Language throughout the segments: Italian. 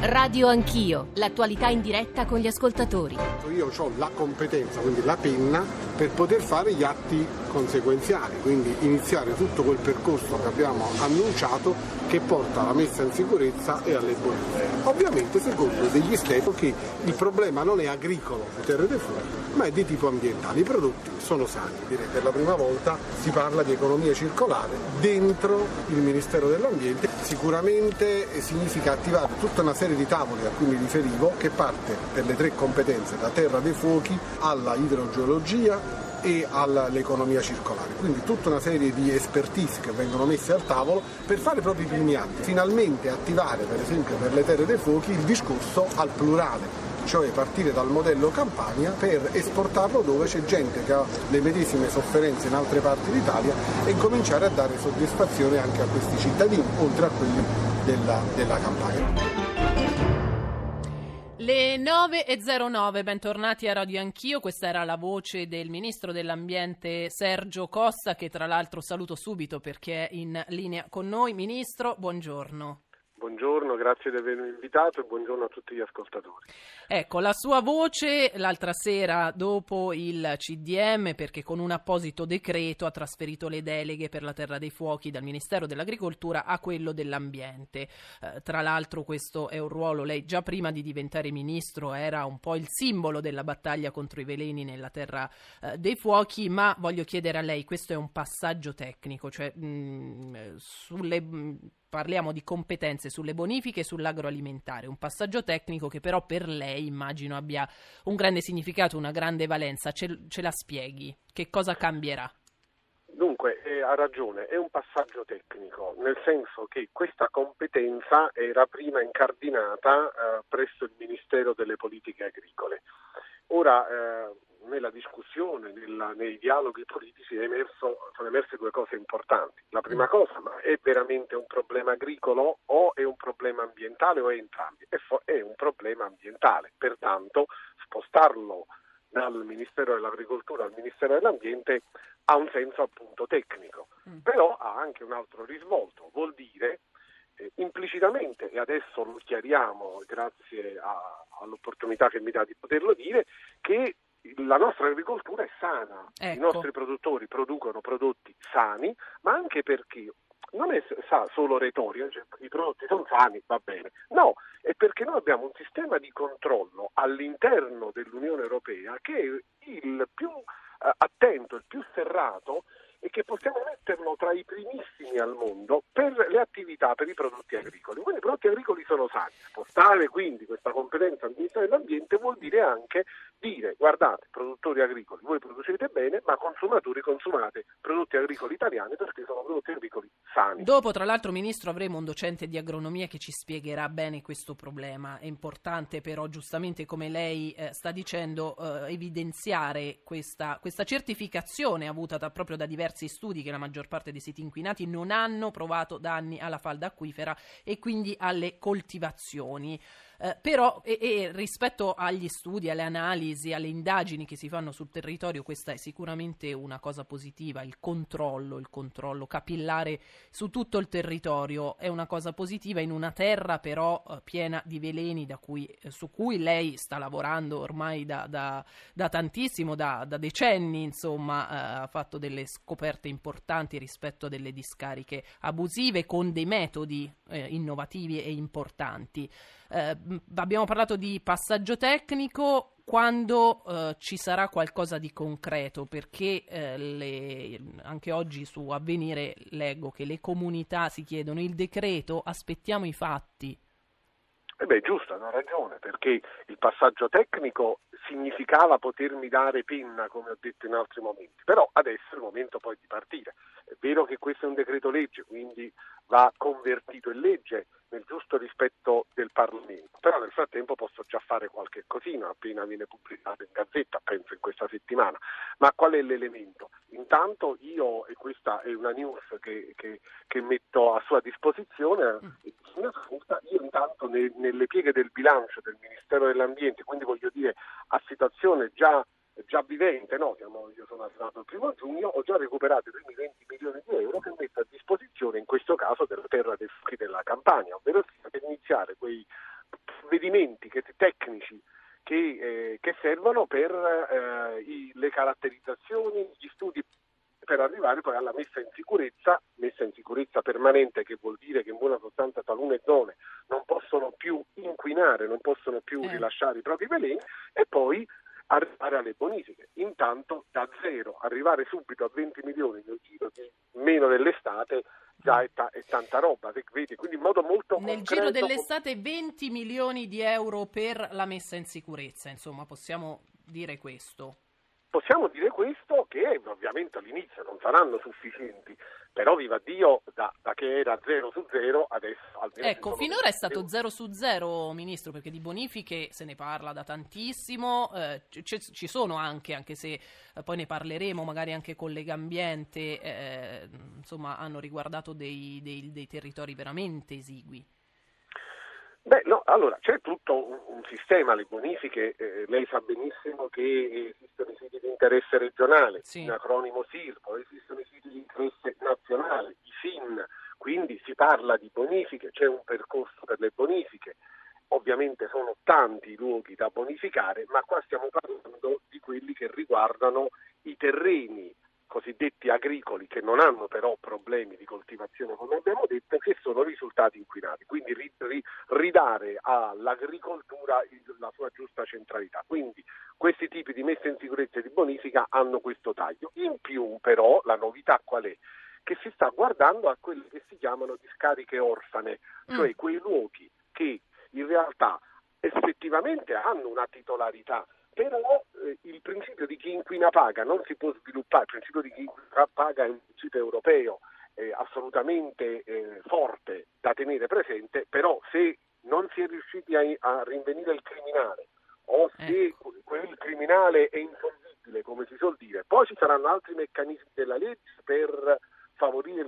Radio Anch'io, l'attualità in diretta con gli ascoltatori. Io ho la competenza, quindi la penna, per poter fare gli atti conseguenziali, quindi iniziare tutto quel percorso che abbiamo annunciato che porta alla messa in sicurezza e alle bonifiche. Ovviamente secondo degli step che il problema non è agricolo, terre dei fuochi, ma è di tipo ambientale. I prodotti sono sani, direi per la prima volta si parla di economia circolare dentro il Ministero dell'Ambiente. Sicuramente significa attivare tutta una serie di tavoli a cui mi riferivo, che parte per le tre competenze, da terra dei fuochi alla idrogeologia e all'economia circolare, quindi tutta una serie di expertise che vengono messe al tavolo per fare proprio i primi atti, finalmente attivare per esempio per le terre dei fuochi il discorso al plurale, cioè partire dal modello Campania per esportarlo dove c'è gente che ha le medesime sofferenze in altre parti d'Italia e cominciare a dare soddisfazione anche a questi cittadini, oltre a quelli della Campania. Le 9.09, bentornati a Radio Anch'io, questa era la voce del Ministro dell'Ambiente Sergio Costa, che tra l'altro saluto subito perché è in linea con noi. Ministro, buongiorno. Buongiorno, grazie di avermi invitato e buongiorno a tutti gli ascoltatori. Ecco, la sua voce l'altra sera dopo il CDM, perché con un apposito decreto ha trasferito le deleghe per la terra dei fuochi dal Ministero dell'Agricoltura a quello dell'Ambiente. Tra l'altro questo è un ruolo, lei già prima di diventare ministro era un po' il simbolo della battaglia contro i veleni nella terra dei fuochi, ma voglio chiedere a lei, questo è un passaggio tecnico, cioè parliamo di competenze sulle bonifiche e sull'agroalimentare, un passaggio tecnico che però per lei immagino abbia un grande significato, una grande valenza. Ce la spieghi? Che cosa cambierà? Dunque, ha ragione, è un passaggio tecnico, nel senso che questa competenza era prima incardinata presso il Ministero delle Politiche Agricole. Ora, nella discussione, nei dialoghi politici sono emerse due cose importanti. La prima cosa, ma è veramente un problema agricolo o è un problema ambientale o è entrambi? È un problema ambientale, pertanto spostarlo dal Ministero dell'Agricoltura al Ministero dell'Ambiente ha un senso appunto tecnico, però ha anche un altro risvolto, vuol dire implicitamente, e adesso lo chiariamo grazie all'opportunità che mi dà di poterlo dire, che la nostra agricoltura è sana, ecco. I nostri produttori producono prodotti sani, ma anche perché non è solo retorica, cioè i prodotti sono sani, va bene, no, è perché noi abbiamo un sistema di controllo all'interno dell'Unione Europea che è il più attento, il più serrato e che possiamo metterlo tra i primissimi al mondo per le attività, per i prodotti agricoli. Quindi i prodotti agricoli sono sani. Spostare quindi questa competenza al Ministero dell'Ambiente vuol dire anche dire, guardate, produttori agricoli, voi producete bene, ma consumatori consumate prodotti agricoli italiani perché sono prodotti agricoli sani. Dopo, tra l'altro, Ministro, avremo un docente di agronomia che ci spiegherà bene questo problema. È importante però, giustamente come lei sta dicendo, evidenziare questa certificazione avuta proprio da diversi studi che la maggior parte dei siti inquinati non hanno provato danni alla falda acquifera e quindi alle coltivazioni. Però rispetto agli studi, alle analisi, alle indagini che si fanno sul territorio, questa è sicuramente una cosa positiva. Il controllo capillare su tutto il territorio è una cosa positiva in una terra però piena di veleni su cui lei sta lavorando ormai da tantissimo, da decenni, insomma. Ha fatto delle scoperte importanti rispetto a delle discariche abusive con dei metodi innovativi e importanti. Abbiamo parlato di passaggio tecnico. Quando ci sarà qualcosa di concreto, perché anche oggi su Avvenire leggo che le comunità si chiedono il decreto, aspettiamo i fatti. Giusto, hanno ragione, perché il passaggio tecnico significava potermi dare penna, come ho detto in altri momenti, però adesso è il momento poi di partire. È vero che questo è un decreto legge, quindi va convertito in legge nel giusto rispetto del Parlamento, però nel frattempo posso già fare qualche cosina appena viene pubblicato in Gazzetta, penso in questa settimana. Ma qual è l'elemento? Intanto io, e questa è una news che metto a sua disposizione, io intanto nelle pieghe del bilancio del Ministero dell'Ambiente, quindi voglio dire a situazione già vivente, no? Io sono arrivato il 1 giugno, ho già recuperato i primi 20 milioni di euro che metto a disposizione in questo caso della terra dei fuochi della Campania, ovvero per iniziare quei provvedimenti tecnici che servono per le caratterizzazioni, gli studi per arrivare poi alla messa in sicurezza permanente, che vuol dire che in buona sostanza talune zone non possono più inquinare, non possono più rilasciare i propri veleni, e poi arrivare alle bonifiche. Intanto da zero arrivare subito a 20 milioni nel giro di meno dell'estate già è tanta roba, vedi? Quindi in modo molto nel concreto. Giro dell'estate 20 milioni di euro per la messa in sicurezza, insomma, possiamo dire questo. Possiamo dire questo, che ovviamente all'inizio non saranno sufficienti, però viva Dio, da che era 0 su 0, adesso almeno... Ecco, finora è stato 0 su 0, Ministro, perché di bonifiche se ne parla da tantissimo, ci sono anche se poi ne parleremo magari anche con Legambiente, insomma hanno riguardato dei territori veramente esigui. Beh, no, allora c'è tutto un sistema, le bonifiche, lei sa benissimo che esistono i siti di interesse regionale, sì, in acronimo SIRPO, esistono i siti di interesse nazionale, i SIN, quindi si parla di bonifiche, c'è un percorso per le bonifiche, ovviamente sono tanti i luoghi da bonificare, ma qua stiamo parlando di quelli che riguardano i terreni cosiddetti agricoli, che non hanno però problemi di coltivazione come abbiamo detto, che sono risultati inquinati, quindi ridare all'agricoltura la sua giusta centralità. Quindi questi tipi di messa in sicurezza e di bonifica hanno questo taglio. In più però la novità qual è? Che si sta guardando a quelle che si chiamano discariche orfane, cioè quei luoghi che in realtà effettivamente hanno una titolarità, però il principio di chi inquina paga non si può sviluppare. Il principio di chi inquina paga è un principio europeo assolutamente forte da tenere presente, però se non si è riusciti a rinvenire il criminale, o se quel criminale è insolvibile, come si suol dire, poi ci saranno altri meccanismi della legge per favorire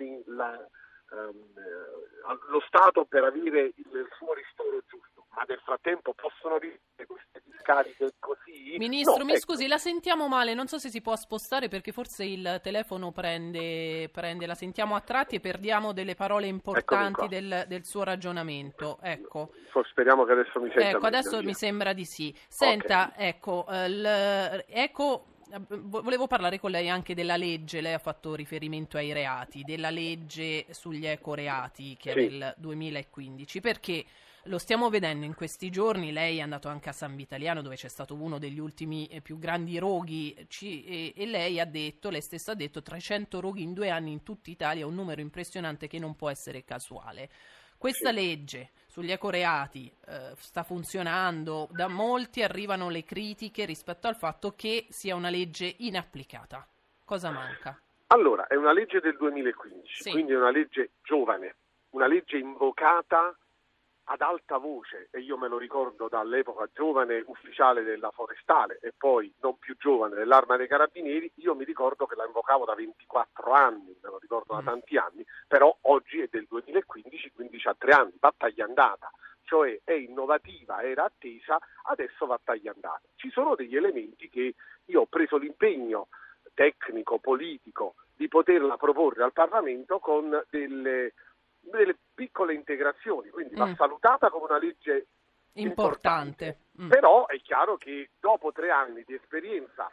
lo Stato per avere il suo ristoro giusto, ma nel frattempo possono vivere queste discariche così? Ministro, no, mi scusi, la sentiamo male, non so se si può spostare perché forse il telefono prende la sentiamo a tratti e perdiamo delle parole importanti del suo ragionamento. Ecco. Speriamo che adesso mi senta. Ecco, adesso mi sembra di sì. Senta, okay. Volevo parlare con lei anche della legge, lei ha fatto riferimento ai reati, della legge sugli ecoreati che è del 2015, perché lo stiamo vedendo in questi giorni, lei è andato anche a San Vitaliano dove c'è stato uno degli ultimi più grandi roghi e lei stessa ha detto 300 roghi in 2 anni in tutta Italia, un numero impressionante che non può essere casuale. Questa legge sugli ecoreati sta funzionando, da molti arrivano le critiche rispetto al fatto che sia una legge inapplicata. Cosa manca? Allora, è una legge del 2015, quindi è una legge giovane, una legge invocata ad alta voce, e io me lo ricordo dall'epoca giovane ufficiale della Forestale e poi non più giovane dell'Arma dei Carabinieri. Io mi ricordo che la invocavo da 24 anni, me lo ricordo da tanti anni, però oggi è del 2015, quindi c'ha 3 anni, battaglia andata, cioè è innovativa, era attesa, adesso va tagliandata. Ci sono degli elementi che io ho preso l'impegno tecnico, politico, di poterla proporre al Parlamento con delle piccole integrazioni, quindi va salutata come una legge importante. Però è chiaro che dopo 3 anni di esperienza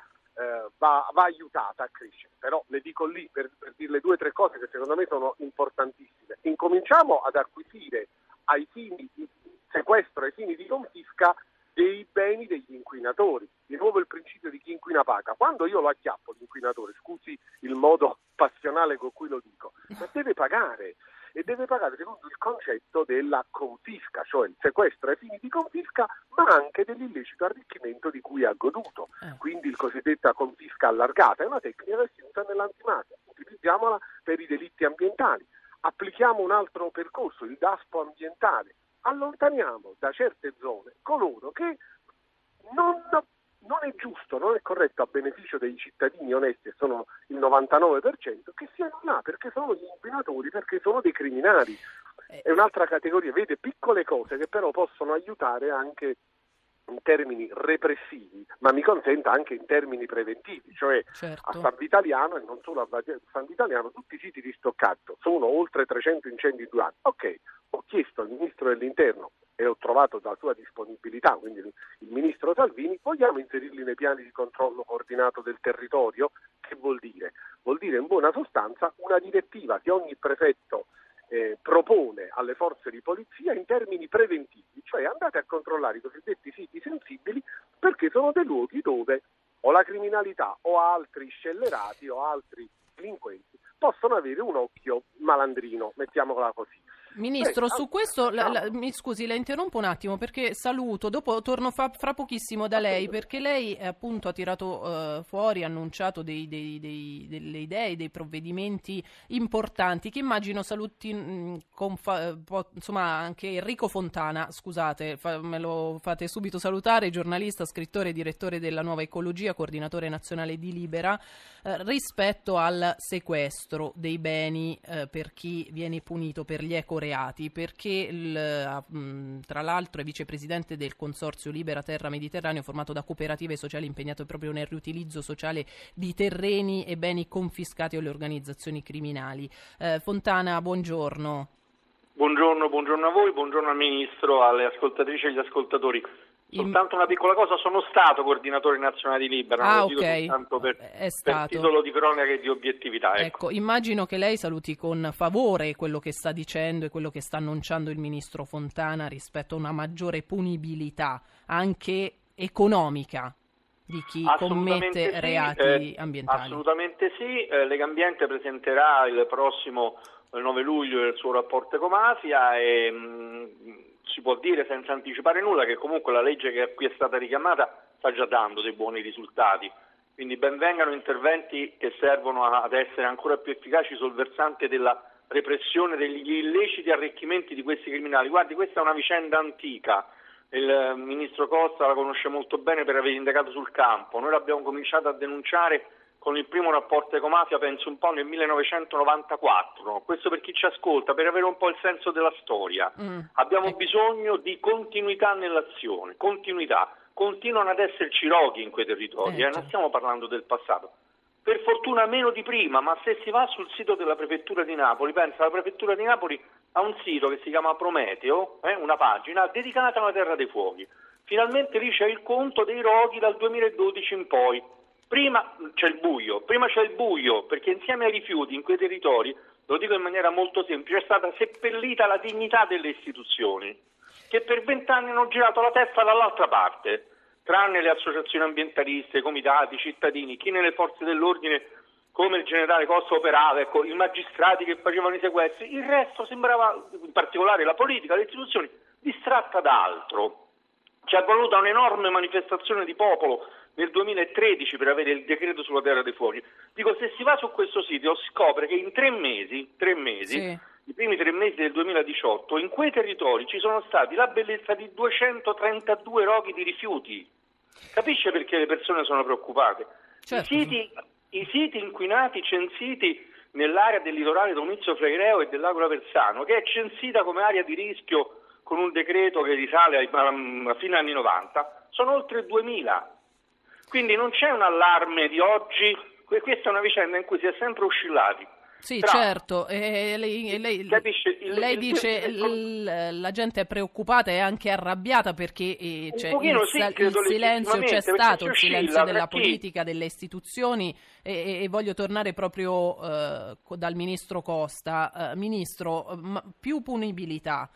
va aiutata a crescere. Però le dico lì per dirle 2 o 3 cose che secondo me sono importantissime. Incominciamo ad acquisire ai fini di sequestro, ai fini di confisca dei beni degli inquinatori. Di nuovo il principio di chi inquina paga. Quando io lo acchiappo l'inquinatore, scusi il modo passionale con cui lo dico, ma deve pagare. E deve pagare secondo il concetto della confisca, cioè il sequestro ai fini di confisca, ma anche dell'illecito arricchimento di cui ha goduto. Quindi il cosiddetta confisca allargata è una tecnica che si usa nell'antimafia. Utilizziamola per i delitti ambientali. Applichiamo un altro percorso, il DASPO ambientale. Allontaniamo da certe zone coloro che non è giusto, non è corretto a beneficio dei cittadini onesti, e sono il 99%, che siano là perché sono gli inquinatori, perché sono dei criminali. È un'altra categoria, vede, piccole cose che però possono aiutare anche in termini repressivi, ma mi consenta anche in termini preventivi, cioè a San Vitaliano, e non solo a San Vitaliano, tutti i siti di stoccaggio sono oltre 300 incendi in 2 anni. Ok, ho chiesto al Ministro dell'Interno e ho trovato trovato la sua disponibilità, quindi il ministro Salvini, vogliamo inserirli nei piani di controllo coordinato del territorio? Che vuol dire? Vuol dire in buona sostanza una direttiva che ogni prefetto propone alle forze di polizia in termini preventivi, cioè andate a controllare i cosiddetti siti sensibili, perché sono dei luoghi dove o la criminalità o altri scellerati o altri delinquenti possono avere un occhio malandrino, mettiamola così. Ministro, su questo, mi scusi, la interrompo un attimo perché saluto, dopo torno fra pochissimo da lei, perché lei appunto ha tirato fuori, ha annunciato delle idee, dei provvedimenti importanti che immagino saluti insomma anche Enrico Fontana, scusate, me lo fate subito salutare, giornalista, scrittore e direttore della Nuova Ecologia, coordinatore nazionale di Libera, rispetto al sequestro dei beni per chi viene punito per gli ecoreati, perché tra l'altro è vicepresidente del Consorzio Libera Terra Mediterraneo, formato da cooperative sociali impegnate proprio nel riutilizzo sociale di terreni e beni confiscati alle organizzazioni criminali. Fontana, buongiorno. Buongiorno a voi, buongiorno al Ministro, alle ascoltatrici e agli ascoltatori. Soltanto una piccola cosa, sono stato coordinatore nazionale di Libera, non lo dico soltanto per titolo di cronaca e di obiettività. Ecco, immagino che lei saluti con favore quello che sta dicendo e quello che sta annunciando il Ministro Fontana rispetto a una maggiore punibilità, anche economica, di chi commette reati ambientali. Assolutamente sì, Legambiente presenterà il prossimo 9 luglio il suo rapporto ecomafia e si può dire senza anticipare nulla che comunque la legge che qui è stata richiamata sta già dando dei buoni risultati, quindi ben vengano interventi che servono ad essere ancora più efficaci sul versante della repressione degli illeciti arricchimenti di questi criminali. Guardi, questa è una vicenda antica, il Ministro Costa la conosce molto bene per aver indagato sul campo, noi l'abbiamo cominciato a denunciare con il primo rapporto ecomafia, penso un po' nel 1994, questo per chi ci ascolta, per avere un po' il senso della storia. Abbiamo bisogno di continuità nell'azione, continuano ad esserci roghi in quei territori, non stiamo parlando del passato. Per fortuna meno di prima, ma se si va sul sito della Prefettura di Napoli, pensa, la Prefettura di Napoli ha un sito che si chiama Prometeo, una pagina dedicata alla Terra dei Fuochi. Finalmente lì c'è il conto dei roghi dal 2012 in poi. Prima c'è il buio, perché insieme ai rifiuti in quei territori, lo dico in maniera molto semplice, è stata seppellita la dignità delle istituzioni, che per 20 anni hanno girato la testa dall'altra parte, tranne le associazioni ambientaliste, i comitati, i cittadini, chi nelle forze dell'ordine come il generale Costa operava, i magistrati che facevano i sequestri, il resto sembrava, in particolare la politica, le istituzioni, distratta da altro. Ci è voluta un'enorme manifestazione di popolo nel 2013 per avere il decreto sulla Terra dei Fuochi. Dico, se si va su questo sito si scopre che in 3 mesi, sì, i primi 3 mesi del 2018, in quei territori ci sono stati la bellezza di 232 roghi di rifiuti. Capisce perché le persone sono preoccupate? Certo. I siti inquinati censiti nell'area del litorale Domizio Flegreo e dell'Agora Versano, che è censita come area di rischio con un decreto che risale a fine anni 90, sono oltre 2000. Quindi non c'è un allarme di oggi, questa è una vicenda in cui si è sempre oscillati. Sì, certo, lei dice la gente è preoccupata e anche arrabbiata perché il silenzio c'è stato, il silenzio della politica, delle istituzioni e voglio tornare proprio dal Ministro Costa. Ministro, più punibilità.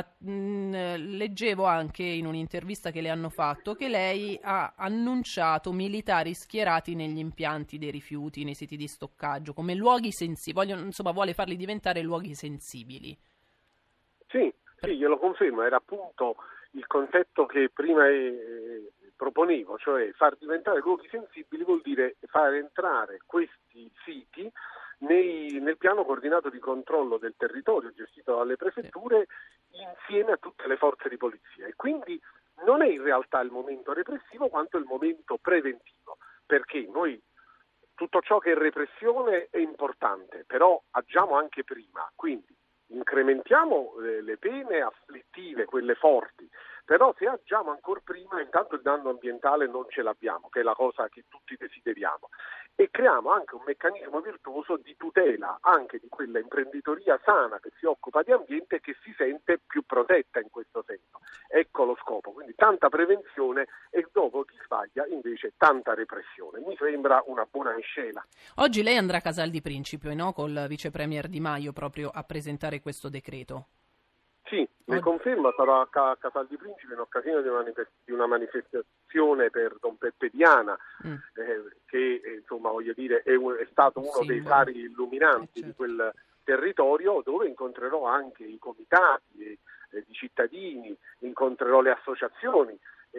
Leggevo anche in un'intervista che le hanno fatto che lei ha annunciato militari schierati negli impianti dei rifiuti, nei siti di stoccaggio, come luoghi sensibili, vuole farli diventare luoghi sensibili. Sì, glielo confermo, era appunto il concetto che prima proponevo, cioè far diventare luoghi sensibili vuol dire far entrare questi siti nel piano coordinato di controllo del territorio gestito dalle prefetture insieme a tutte le forze di polizia, e quindi non è in realtà il momento repressivo quanto il momento preventivo, perché noi tutto ciò che è repressione è importante, però agiamo anche prima, quindi incrementiamo le pene afflittive, quelle forti, Però se agiamo ancora prima, intanto il danno ambientale non ce l'abbiamo, che è la cosa che tutti desideriamo, e creiamo anche un meccanismo virtuoso di tutela anche di quella imprenditoria sana che si occupa di ambiente e che si sente più protetta in questo senso. Ecco lo scopo, quindi tanta prevenzione e dopo chi sbaglia invece tanta repressione. Mi sembra una buona miscela. Oggi lei andrà a Casal di Principe, no? Col vice premier Di Maio proprio a presentare questo decreto. Sì, le confermo, sarò a Casal di Principe in occasione di una manifestazione per Don Peppe Diana, che insomma voglio dire è stato uno dei fari illuminanti di quel territorio, dove incontrerò anche i comitati di cittadini, incontrerò le associazioni,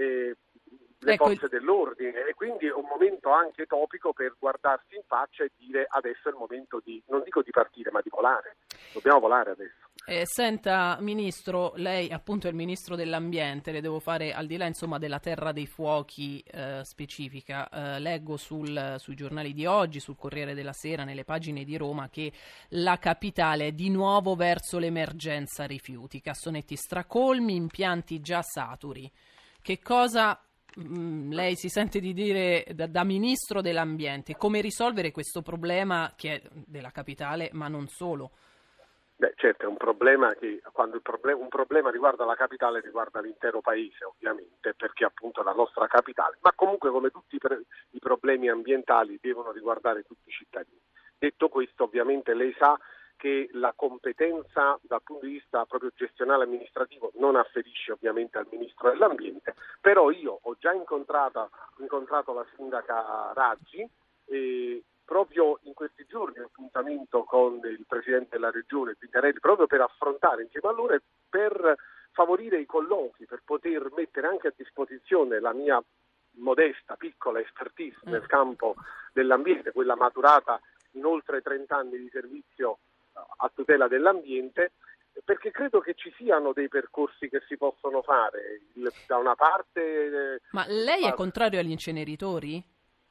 le forze dell'ordine, e quindi è un momento anche topico per guardarsi in faccia e dire adesso è il momento non dico di partire, ma di volare. Dobbiamo volare adesso. Senta, Ministro, lei appunto è il Ministro dell'Ambiente, le devo fare, al di là insomma della terra dei fuochi specifica, leggo sui giornali di oggi, sul Corriere della Sera, nelle pagine di Roma, che la capitale è di nuovo verso l'emergenza rifiuti, cassonetti stracolmi, impianti già saturi. Che cosa lei si sente di dire da Ministro dell'Ambiente? Come risolvere questo problema che è della capitale, ma non solo? Beh, certo, è un problema che quando un problema riguarda la capitale riguarda l'intero paese, ovviamente, perché appunto è la nostra capitale, ma comunque come tutti i problemi ambientali devono riguardare tutti i cittadini. Detto questo, ovviamente lei sa che la competenza dal punto di vista proprio gestionale amministrativo non afferisce ovviamente al Ministro dell'Ambiente, però io ho già incontrato la sindaca Raggi e proprio in questi giorni ho appuntamento con il Presidente della Regione Zingarelli proprio per affrontare insieme a loro e per favorire i colloqui, per poter mettere anche a disposizione la mia modesta, piccola expertise nel campo dell'ambiente, quella maturata in oltre 30 anni di servizio a tutela dell'ambiente, perché credo che ci siano dei percorsi che si possono fare. Da una parte... Ma lei è contrario agli inceneritori?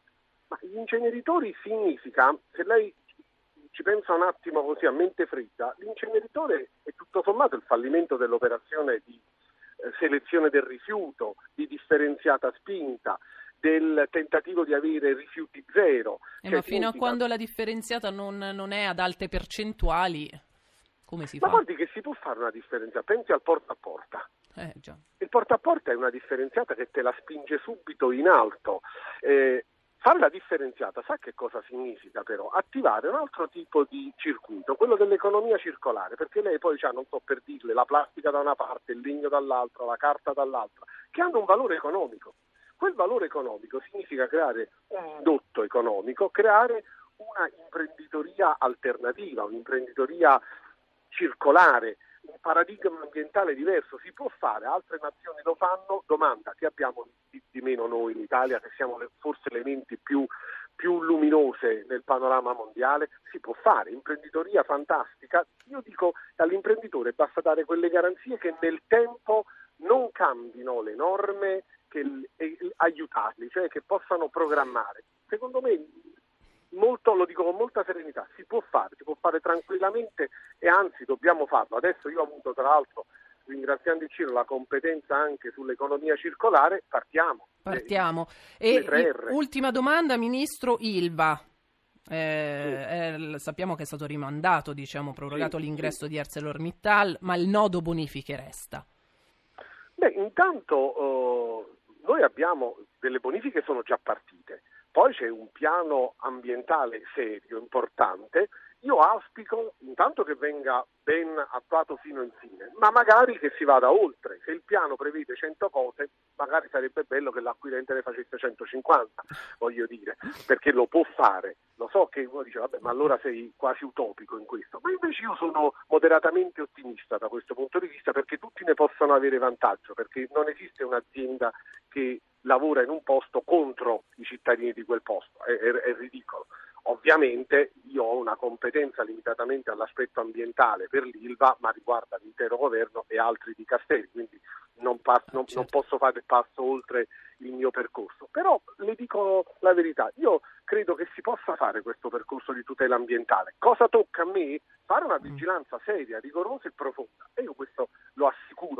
Ma gli inceneritori significa, se lei ci pensa un attimo così a mente fredda, l'inceneritore è tutto sommato il fallimento dell'operazione di selezione del rifiuto, di differenziata spinta, del tentativo di avere rifiuti zero. Ma fino a quando la differenziata non è ad alte percentuali, come si fa? Ma guardi che si può fare una differenziata, pensi al porta a porta. Già. Il porta a porta è una differenziata che te la spinge subito in alto. Fare la differenziata, sa che cosa significa però? Attivare un altro tipo di circuito, quello dell'economia circolare, perché lei poi non so per dirle, la plastica da una parte, il legno dall'altra, la carta dall'altra, che hanno un valore economico. Quel valore economico significa creare un indotto economico, creare una imprenditoria alternativa, un'imprenditoria circolare, un paradigma ambientale diverso. Si può fare, altre nazioni lo fanno, domanda che abbiamo di meno noi in Italia, che siamo forse le menti più luminose nel panorama mondiale. Si può fare, imprenditoria fantastica. Io dico all'imprenditore basta dare quelle garanzie che nel tempo non cambino le norme, e aiutarli, cioè che possano programmare. Secondo me lo dico con molta serenità, si può fare tranquillamente e anzi dobbiamo farlo. Adesso io ho avuto tra l'altro, ringraziando il cielo, la competenza anche sull'economia circolare. Partiamo. E ultima domanda, Ministro, Ilva. Sappiamo che è stato rimandato, prorogato l'ingresso di ArcelorMittal, ma il nodo bonifiche resta. Beh, intanto noi abbiamo delle bonifiche, sono già partite, poi c'è un piano ambientale serio, importante. Io auspico intanto che venga ben attuato fino in fine, ma magari che si vada oltre. Se il piano prevede 100 cose, magari sarebbe bello che l'acquirente ne facesse 150, voglio dire, perché lo può fare. Lo so che uno dice, vabbè, ma allora sei quasi utopico in questo, ma invece io sono moderatamente ottimista da questo punto di vista, perché tutti ne possono avere vantaggio, perché non esiste un'azienda che lavora in un posto contro i cittadini di quel posto, è ridicolo. Ovviamente io ho una competenza limitatamente all'aspetto ambientale per l'Ilva, ma riguarda l'intero governo e altri dicasteri, quindi non posso fare il passo oltre il mio percorso. Però le dico la verità, io credo che si possa fare questo percorso di tutela ambientale. Cosa tocca a me? Fare una vigilanza seria, rigorosa e profonda. E io questo lo assicuro pubblicamente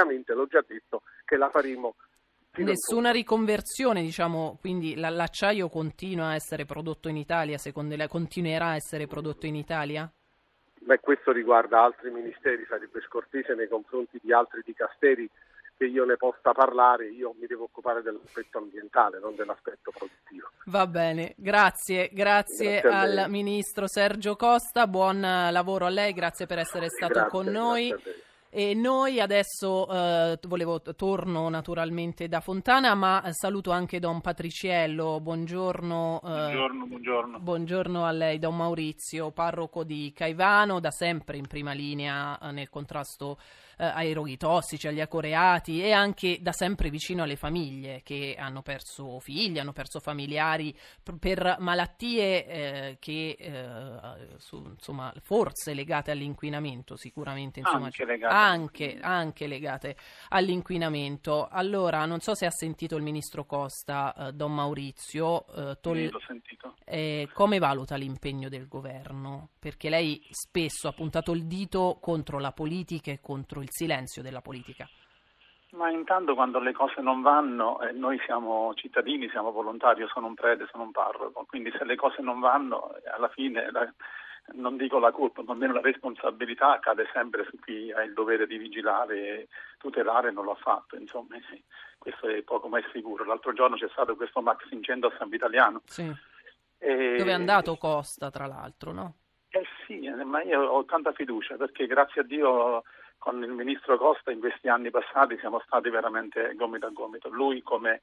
francamente l'ho già detto che la faremo. Nessuna riconversione, diciamo, quindi l'acciaio continua a essere prodotto in Italia, secondo lei continuerà a essere prodotto in Italia? Beh, questo riguarda altri ministeri, sarebbe scortese nei confronti di altri dicasteri che io ne possa parlare, io mi devo occupare dell'aspetto ambientale, non dell'aspetto produttivo. Va bene, grazie al Ministro Sergio Costa, buon lavoro a lei, grazie per essere stato con noi. E noi adesso torno naturalmente da Fontana, ma saluto anche Don Patriciello. Buongiorno. Buongiorno. Buongiorno a lei, Don Maurizio, parroco di Caivano, da sempre in prima linea nel contrasto ai roghi tossici, agli acoreati e anche da sempre vicino alle famiglie che hanno perso figli, hanno perso familiari per malattie che insomma forse legate all'inquinamento, sicuramente insomma anche legate all'inquinamento. Allora, non so se ha sentito il ministro Costa, Don Maurizio, l'ho sentito. Come valuta l'impegno del governo? Perché lei spesso ha puntato il dito contro la politica e contro il silenzio della politica. Ma intanto quando le cose non vanno, noi siamo cittadini, siamo volontari, io sono un prete, sono un parroco, quindi se le cose non vanno, alla fine non dico la colpa, ma almeno la responsabilità cade sempre su chi ha il dovere di vigilare e tutelare e non lo ha fatto, insomma, questo è poco ma è sicuro. L'altro giorno c'è stato questo maxi incendio a San Vitaliano. Sì. Dove è andato Costa, tra l'altro, no? Sì, ma io ho tanta fiducia perché grazie a Dio con il ministro Costa in questi anni passati siamo stati veramente gomito a gomito. Lui come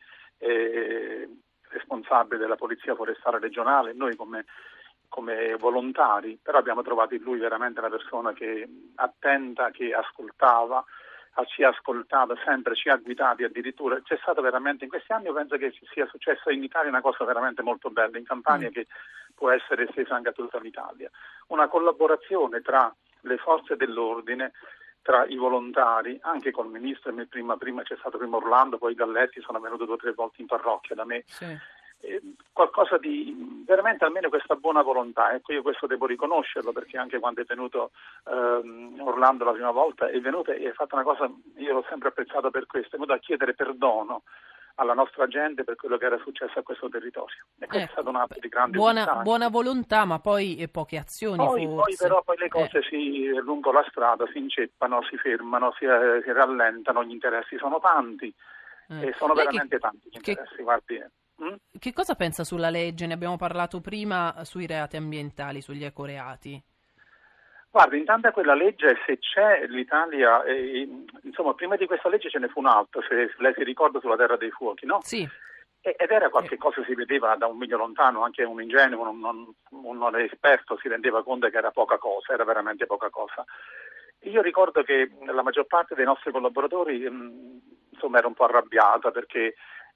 responsabile della Polizia Forestale Regionale, noi come volontari, però abbiamo trovato in lui veramente una persona che attenta, che ascoltava, ci ha ascoltato sempre, ci ha guidati addirittura. C'è stato veramente in questi anni, io penso che sia successa in Italia una cosa veramente molto bella, in Campania che può essere estesa anche a tutta l'Italia. Una collaborazione tra le forze dell'ordine, tra i volontari, anche col ministro, prima c'è stato prima Orlando, poi Galletti, sono venuto 2 o 3 volte in parrocchia da me. Sì. Qualcosa di veramente, almeno questa buona volontà, ecco, io questo devo riconoscerlo perché anche quando è venuto Orlando la prima volta è venuto e ha fatto una cosa, io l'ho sempre apprezzato per questo, è venuto a chiedere perdono alla nostra gente per quello che era successo a questo territorio e questo è stato un atto di grande buona volontà, ma poi poche azioni forse. Poi le cose lungo la strada si inceppano, si fermano, si rallentano, gli interessi sono tanti e sono veramente tanti gli interessi, guardi. Che cosa pensa sulla legge? Ne abbiamo parlato prima sui reati ambientali, sugli ecoreati. Guarda, intanto quella legge, se c'è l'Italia, insomma, prima di questa legge ce ne fu un'altra, se lei si ricorda, sulla Terra dei Fuochi, no? Sì. Ed era qualche cosa, si vedeva da un miglio lontano, anche un ingenuo, non esperto, si rendeva conto che era poca cosa, era veramente poca cosa. Io ricordo che la maggior parte dei nostri collaboratori, insomma, era un po' arrabbiata perché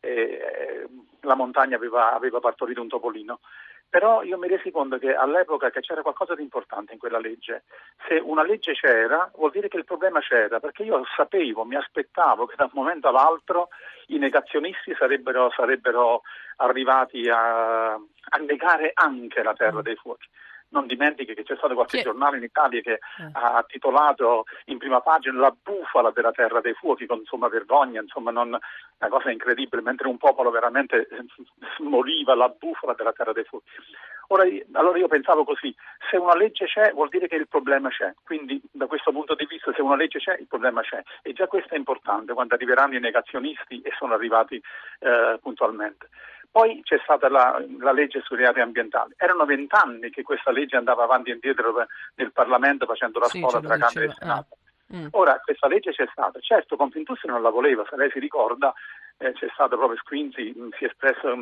la montagna aveva partorito un topolino. Però io mi resi conto che all'epoca che c'era qualcosa di importante in quella legge. Se una legge c'era, vuol dire che il problema c'era, perché io sapevo, mi aspettavo che da un momento all'altro i negazionisti sarebbero arrivati a negare anche la Terra dei Fuochi. Non dimentichi che c'è stato qualche giornale in Italia che ha titolato in prima pagina la bufala della Terra dei Fuochi, con insomma vergogna, insomma una cosa incredibile, mentre un popolo veramente moriva, la bufala della Terra dei Fuochi. Allora io pensavo così, se una legge c'è vuol dire che il problema c'è, quindi da questo punto di vista se una legge c'è il problema c'è e già questo è importante quando arriveranno i negazionisti e sono arrivati puntualmente. Poi c'è stata la legge sui reati ambientali. Erano 20 anni che questa legge andava avanti e indietro nel Parlamento facendo la spola tra Camera e Senato. Ora questa legge c'è stata. Certo, Confindustria non la voleva, se lei si ricorda, c'è stato proprio Squinzi, si è espresso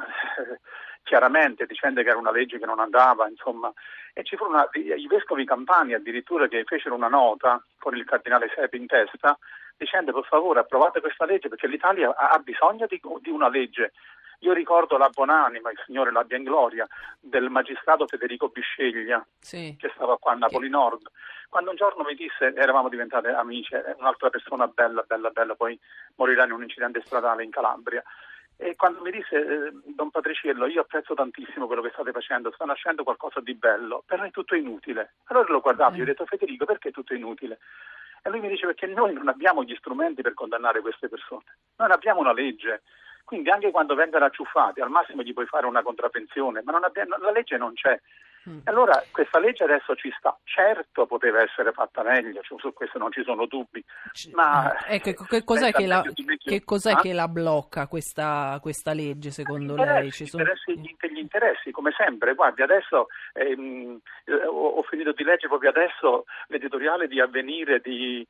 chiaramente dicendo che era una legge che non andava, insomma, e ci furono i vescovi campani addirittura che fecero una nota con il cardinale Sepi in testa dicendo per favore approvate questa legge perché l'Italia ha bisogno di una legge. Io ricordo la buonanima, il Signore l'abbia in gloria, del magistrato Federico Bisceglia, che stava qua a Napoli Nord, quando un giorno mi disse, eravamo diventate amici, un'altra persona bella, poi morirà in un incidente stradale in Calabria, e quando mi disse, Don Patriciello, io apprezzo tantissimo quello che state facendo, sta nascendo qualcosa di bello, però è tutto inutile. Allora l'ho guardato e gli ho detto, Federico, perché è tutto inutile? E lui mi dice: perché noi non abbiamo gli strumenti per condannare queste persone, noi non abbiamo una legge. Quindi anche quando vengono acciuffati, al massimo gli puoi fare una contravvenzione, ma la legge non c'è. Allora questa legge adesso ci sta. Certo poteva essere fatta meglio, su questo non ci sono dubbi. Ma ecco, che cos'è che la blocca questa legge, secondo lei? Gli interessi, come sempre. Guardi, adesso ho finito di leggere proprio adesso l'editoriale di Avvenire di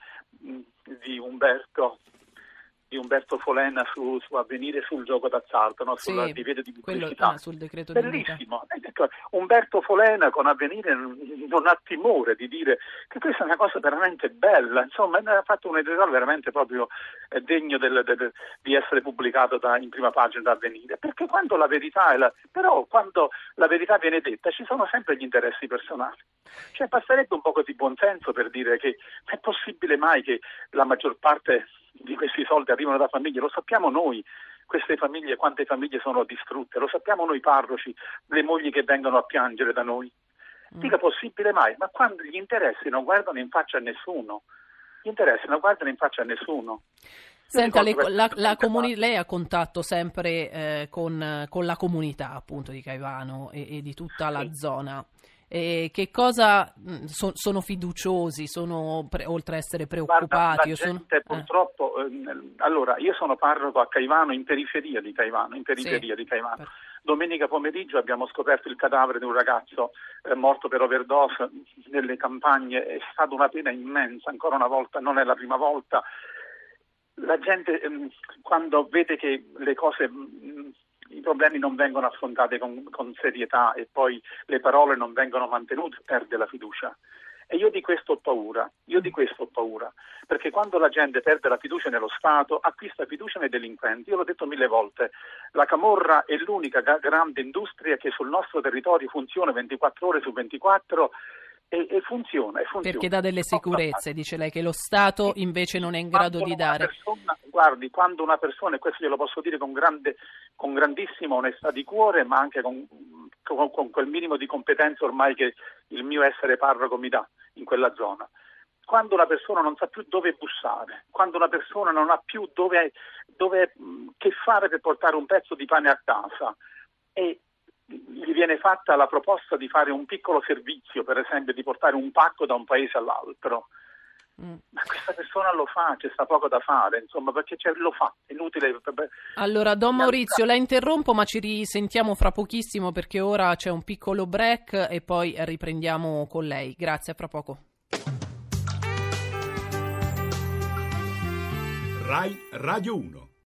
Umberto Folena su Avvenire sul gioco d'azzardo, no? Sulla divieto di pubblicità. Sul decreto bellissimo. Umberto Folena con Avvenire non ha timore di dire che questa è una cosa veramente bella, insomma ha fatto un editoriale veramente proprio degno di essere pubblicato in prima pagina da Avvenire, perché quando la verità quando la verità viene detta ci sono sempre gli interessi personali. Cioè basterebbe un poco di buonsenso per dire che è possibile mai che la maggior parte di questi soldi arrivano da famiglie, lo sappiamo noi, queste famiglie, quante famiglie sono distrutte, lo sappiamo noi parroci, le mogli che vengono a piangere da noi. Dica possibile mai? Ma quando gli interessi non guardano in faccia a nessuno, Senta, lei ha contatto sempre con la comunità appunto di Caivano e di tutta la zona. Che cosa sono fiduciosi, oltre a essere preoccupati? Guarda, purtroppo, allora io sono parroco a Caivano, in periferia di Caivano. Domenica pomeriggio abbiamo scoperto il cadavere di un ragazzo morto per overdose nelle campagne. È stata una pena immensa, ancora una volta, non è la prima volta. La gente quando vede che le cose, i problemi non vengono affrontati con serietà e poi le parole non vengono mantenute, perde la fiducia. E io di questo ho paura, perché quando la gente perde la fiducia nello Stato, acquista fiducia nei delinquenti. Io l'ho detto 1000 volte, la camorra è l'unica grande industria che sul nostro territorio funziona 24 ore su 24 e funziona. Perché dà delle sicurezze, dice lei, che lo Stato invece non è in grado di dare. Guardi, quando una persona, e questo glielo posso dire con grandissima onestà di cuore, ma anche con quel minimo di competenza ormai che il mio essere parroco mi dà in quella zona, quando una persona non sa più dove bussare, quando una persona non ha più che fare per portare un pezzo di pane a casa e gli viene fatta la proposta di fare un piccolo servizio, per esempio di portare un pacco da un paese all'altro, ma questa persona lo fa, c'è sta poco da fare, insomma, perché lo fa, è inutile. Allora, Don Maurizio, la interrompo, ma ci risentiamo fra pochissimo perché ora c'è un piccolo break e poi riprendiamo con lei. Grazie, a fra poco. Rai Radio 1.